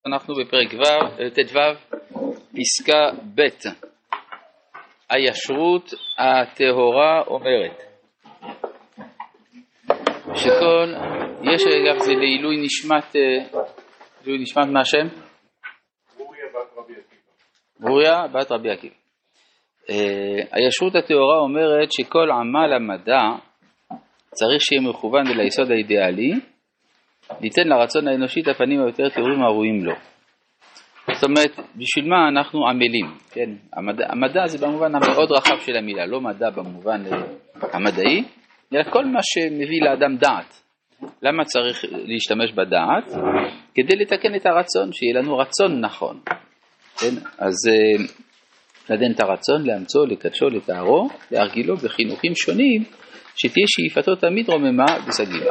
אנחנו בפרק ט"ו, פסקה ב'. הישרות הטהורה אומרת שכל, יש אגב זה לעילוי נשמת מהשם? ברוריה בת רבי עקיבא. הישרות הטהורה אומרת שכל עמל המדע צריך שיהיה מכוון אל היסוד האידיאלי, ליתן לרצון האנושי את הפנים היותר טהורים הראויים לו. זאת אומרת, בשביל מה אנחנו עמלים? כן? המדע זה במובן המאוד רחב של המילה, לא מדע במובן המדעי, אלא כל מה שמביא לאדם דעת. למה צריך להשתמש בדעת? כדי לתקן את הרצון, שיהיה לנו רצון נכון. כן? אז לדן את הרצון, לאמצו, לקדשו, לתארו, להרגילו בחינוכים שונים, שתהיה שאיפתו תמיד רוממה וסגילה.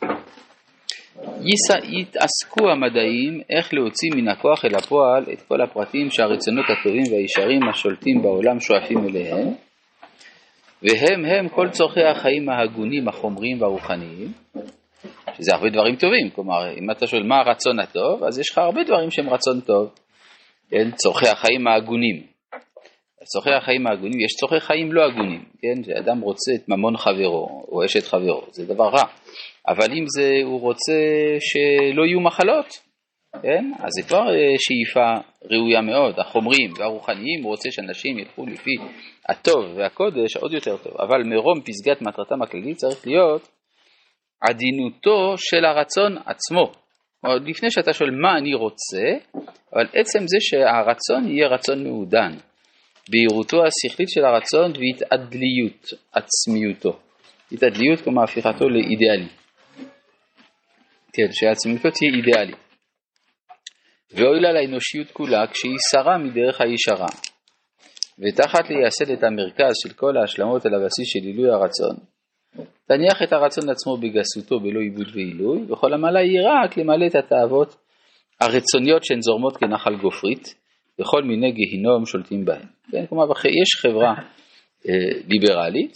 יתעסקו המדעים איך להוציא מן הכוח אל הפועל את כל הפרטים שהרצונות הטובים והישרים השולטים בעולם שואפים אליהם, והם כל צורכי החיים ההגונים, החומריים והרוחניים, שזה הרבה דברים טובים. כלומר, אם אתה שואל מה הרצון הטוב, אז יש לך הרבה דברים שהם רצון טוב. כן? צורכי החיים ההגונים. צורכי החיים ההגונים, יש צורכי חיים לא הגונים. כן? שאדם רוצה את ממון חברו או אשת חברו, זה דבר רע. אבל אם זה, הוא רוצה שלא יהיו מחלות, כן? אז זה כבר שאיפה ראויה מאוד. החומריים והרוחניים, הוא רוצה שאנשים ילכו לפי הטוב והקודש עוד יותר טוב. אבל מרום פסגת מטרתם הכללית צריך להיות עדינותו של הרצון עצמו. עוד לפני שאתה שואל מה אני רוצה, אבל עצם זה שהרצון יהיה רצון מעודן. בהירותו השכלית של הרצון והתעדליות עצמיותו. התעדליות כמו הפיכתו לאידיאלי. כן, שהעצמיותו תהיה אידיאלית. ואוילה לאנושיות כולה כשהיא שרה מדרך הישרה. ותחת לייסד את המרכז של כל ההשלמות על הבסיס של עילוי הרצון, תניח את הרצון עצמו בגסותו בלא עיבוד ועילוי, וכל המעלה היא רק למלא את התאוות הרצוניות שהן זורמות כנחל גופרית, וכל מיני גיהינום שולטים בהן. כן, כלומר, יש חברה ליברלית,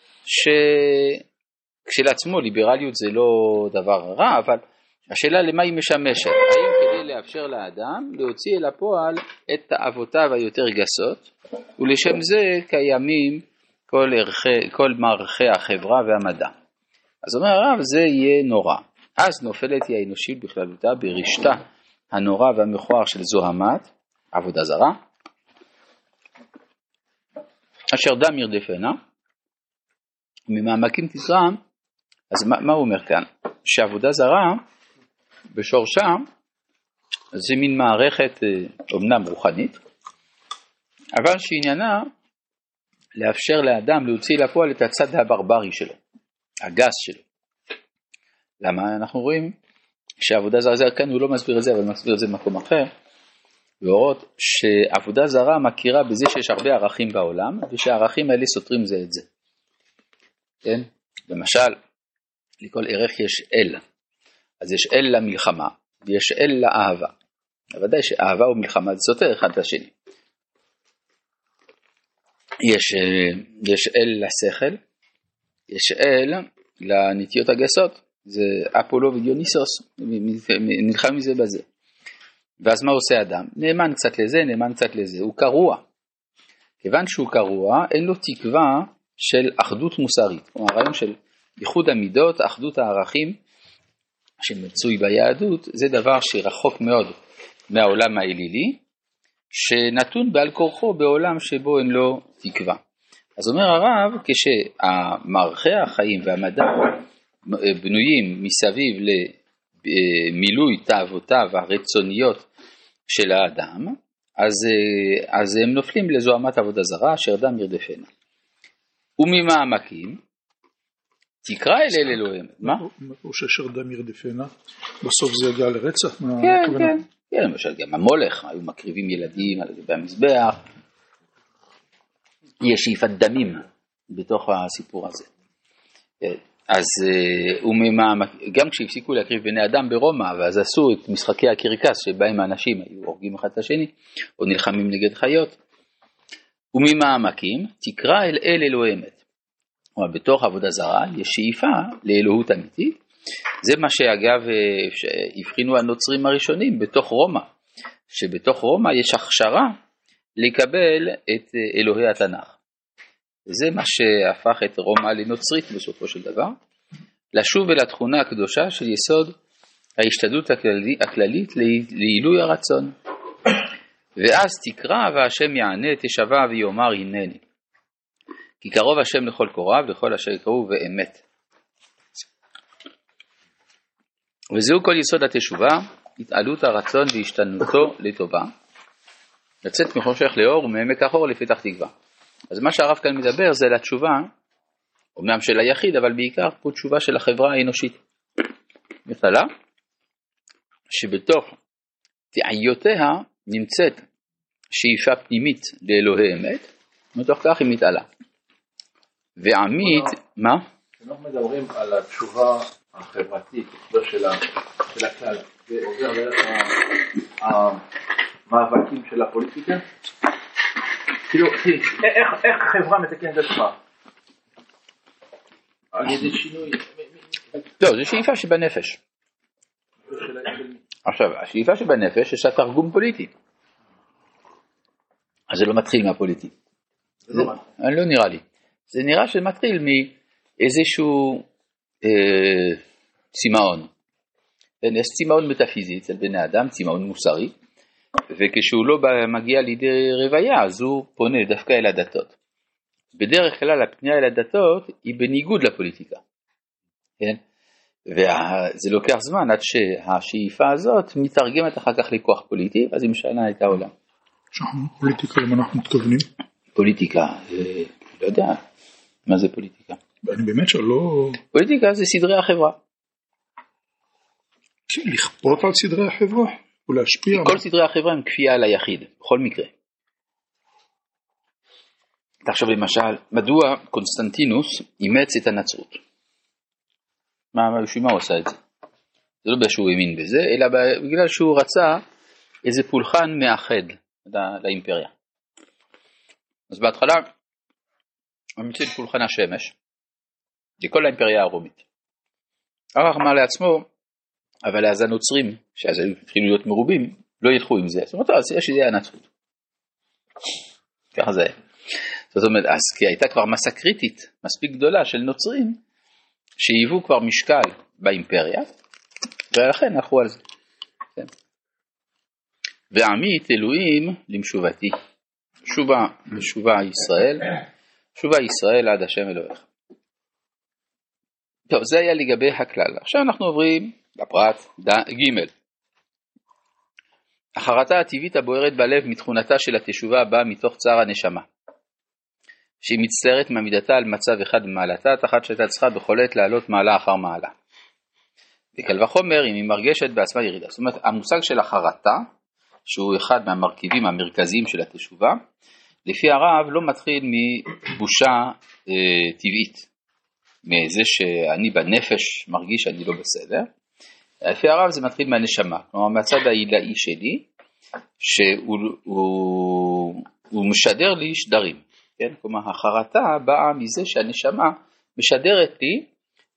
כשלעצמו ליברליות זה לא דבר רע, אבל השאלה למה היא משמשת? האם כדי לאפשר לאדם להוציא אל הפועל את תאוותיו היותר גסות, ולשם זה קיימים כל מערכי החברה והמדע. אז אומר הרב, זה יהיה נורא. אז נופלת היא האנושית בכללותה ברשתה הנורא והמכוער של זוהמת, עבודה זרה, אשר דם ירדפנה, ממעמקים תזרם. אז מה הוא אומר כאן? שעבודה זרה בשורשה זה מין מערכת אומנם רוחנית, אבל שעניינה לאפשר לאדם להוציא לפועל את הצד הברברי שלו, הגס שלו. למה? אנחנו רואים שעבודה זרה, כאן הוא לא מסביר את זה, אבל הוא מסביר את זה במקום אחר, ואורות שעבודה זרה מכירה בזה שיש הרבה ערכים בעולם, ושהערכים האלה סותרים זה את זה. כן? למשל, לכל ערך יש אל. אז יש אל למלחמה, ויש אל לאהבה. ודאי שאהבה ומלחמה זה סותר אחד את השני. יש אל לשכל, יש אל לנטיות הגסות, זה אפולו ודיוניסוס, נלחם מזה בזה. ואז מה עושה אדם? נאמן קצת לזה, נאמן קצת לזה, הוא קרוע. כיוון שהוא קרוע, אין לו תקווה של אחדות מוסרית. כלומר, הרעיון של ייחוד המידות, אחדות הערכים, שמצוי ביהדות, זה דבר שרחוק מאוד מהעולם האלילי, שנתון בעל כורחו בעולם שבו אין לו תקווה. אז אומר הרב, כשהמערכי החיים והמדע בנויים מסביב למילוי תאוותיו הרצוניות של האדם, אז הם נופלים לזוהמת עבודה זרה, אשר דם ירדפנה. וממעמקים, תקרא אל אלוהים. מה? או שאשר דם ירדפנה, בסוף זה יגיע לרצח? כן, כן. כן, למשל גם המולך, היו מקריבים ילדים על גבי המזבח. יש שאיפת דמים בתוך הסיפור הזה. אז גם כשהפסיקו להקריב בני אדם ברומא, ואז עשו את משחקי הקרקס שבהם האנשים היו הורגים אחד את השני, או נלחמים נגד חיות. וממעמקים תקרא אל אלוהימת. כלומר, בתוך עבודה זרה יש שאיפה לאלוהות אמיתית. זה מה שאגב הבחינו הנוצרים הראשונים בתוך רומא. שבתוך רומא יש הכשרה לקבל את אלוהי התנ"ך. וזה מה שהפך את רומא לנוצרית בסופו של דבר, לשוב אל התכונה הקדושה של יסוד ההשתדלות הכללית לעילוי הרצון. ואז תקרא והשם יענה תשבע ויאמר הנני. כי קרוב השם לכל קוראיו לכל אשר יקראו באמת. וזהו כל יסוד התשובה, התעלות הרצון והשתנותו לטובה. לצאת מחושך לאור ומעמק החור לפתח תקווה. אז מה שהרב כאן מדבר זה לתשובה, אומנם של היחיד, אבל בעיקר פה תשובה של החברה האנושית. בכללה, שבתוך תעיותיה נמצאת שאיפה פנימית לאלוהי אמת, ומתוך כך היא מתעלה. ועמית, מה? אנחנו מדברים על התשובה החברתית, של הכלל, זה עובר דרך המאבקים של הפוליטיקה? כאילו, איך חברה מתקנת עצמה? על ידי שינוי? לא, זה שאיפה שבנפש. עכשיו, השאיפה שבנפש יש לה תרגום פוליטי. אז זה לא מתחיל מהפוליטי. לא נראה לי. זה נראה שמתחיל מאיזשהו צימאון. יש צימאון מטאפיזי אצל בני אדם, צימאון מוסרי, וכשהוא לא מגיע לידי רוויה, אז הוא פונה דווקא אל הדתות. בדרך כלל הפנייה אל הדתות היא בניגוד לפוליטיקה. כן? וזה לוקח זמן עד שהשאיפה הזאת מתרגמת אחר כך לכוח פוליטי, אז היא משנה את העולם. פוליטיקה, למה אנחנו מתכוונים? פוליטיקה, לא יודע, מה זה פוליטיקה? אני באמת שלא... פוליטיקה זה סדרי החברה. לכפות על סדרי החברה, ולהשפיע... כל סדרי החברה הם כפייה על היחיד, בכל מקרה. תחשוב למשל, מדוע קונסטנטינוס אימץ את הנצרות? מה הוא עשה את זה? זה לא בגלל שהוא האמין בזה, אלא בגלל שהוא רצה איזה פולחן מאחד לאימפריה. אז בהתחלה, הוא המציא את פולחן השמש, לכל האימפריה הרומית. אחר אמר לעצמו, אבל אז הנוצרים, שאז התחילו להיות מרובים, לא ילכו עם זה. זאת אומרת, אז שזה הנצרות. ככה זה. זאת אומרת, אז כי הייתה כבר מסה קריטית, מספיק גדולה של נוצרים, שהיוו כבר משקל באימפריה, ולכן הלכו על זה. כן. ועמית אלוהים למשובתי. שובה ישראל, שובה ישראל עד השם אלוהיך. טוב, זה היה לגבי הכלל. עכשיו אנחנו עוברים לפרט ג'. החרטה הטבעית הבוערת בלב מתכונתה של התשובה באה מתוך צער הנשמה, שהיא מצטערת מעמידתה על מצב אחד במעלתה, תחת שהייתה צריכה בכל עת לעלות מעלה אחר מעלה. וקל וחומר אם היא מרגשת בעצמה ירידה. זאת אומרת, המושג של החרטה, שהוא אחד מהמרכיבים המרכזיים של התשובה, לפי הרב לא מתחיל מבושה טבעית, מזה שאני בנפש מרגיש שאני לא בסדר. לפי הרב זה מתחיל מהנשמה, כלומר מהצד העילאי שלי, שהוא משדר לי שדרים. כן? כלומר החרטה באה מזה שהנשמה משדרת לי,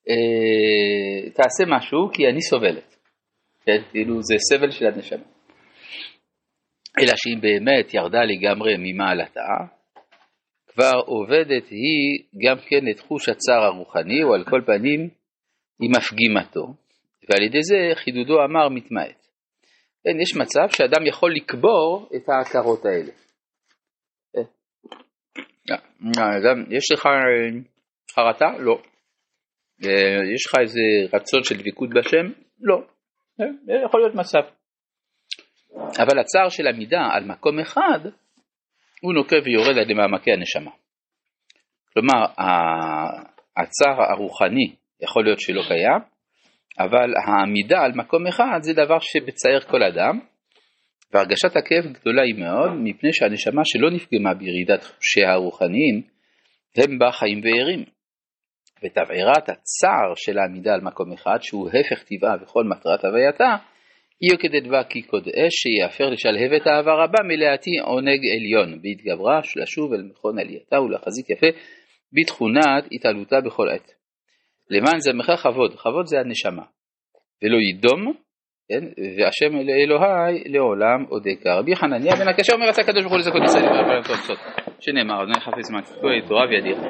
תעשה משהו כי אני סובלת. כן? כאילו זה סבל של הנשמה. אלא שהיא באמת ירדה לגמרי ממעלתה, כבר עובדת היא גם כן את חוש הצער הרוחני, או על כל פנים היא מפגימתו, ועל ידי זה חידודו אמר מתמעט. כן, יש מצב שאדם יכול לקבור את ההכרות האלה. יש לך חרטה? לא. יש לך איזה רצון של דבקות בשם? לא. יכול להיות מצב. אבל הצער של המידה על מקום אחד, הוא נוקב ויורד עד למעמקי הנשמה. כלומר, הצער הרוחני יכול להיות שלא קיים, אבל העמידה על מקום אחד זה דבר שבצייר כל אדם, והרגשת הכאב גדולה היא מאוד, מפני שהנשמה שלא נפגמה בירידת חושיה הרוחניים, הם בה חיים וערים. ותבעירת הצער של העמידה על מקום אחד, שהוא הפך טבעה וכל מטרת הווייתה, היא כדדבה כי קודש שיאפר לשלהבת האהבה רבה מלאתי עונג עליון, בהתגברה לשוב אל מכון עלייתה ולהחזיק יפה בתכונת התעלותה בכל עת. למען זמך כבוד, כבוד זה הנשמה, ולא ידום כן? והשם אלוהי לעולם אודקה. רבי חנניה בן הקשה אומר, עשה הקדוש ברוך הוא לזכות ישראל, שנאמר, אדוני חפץ מתיקו את תורה וידיך.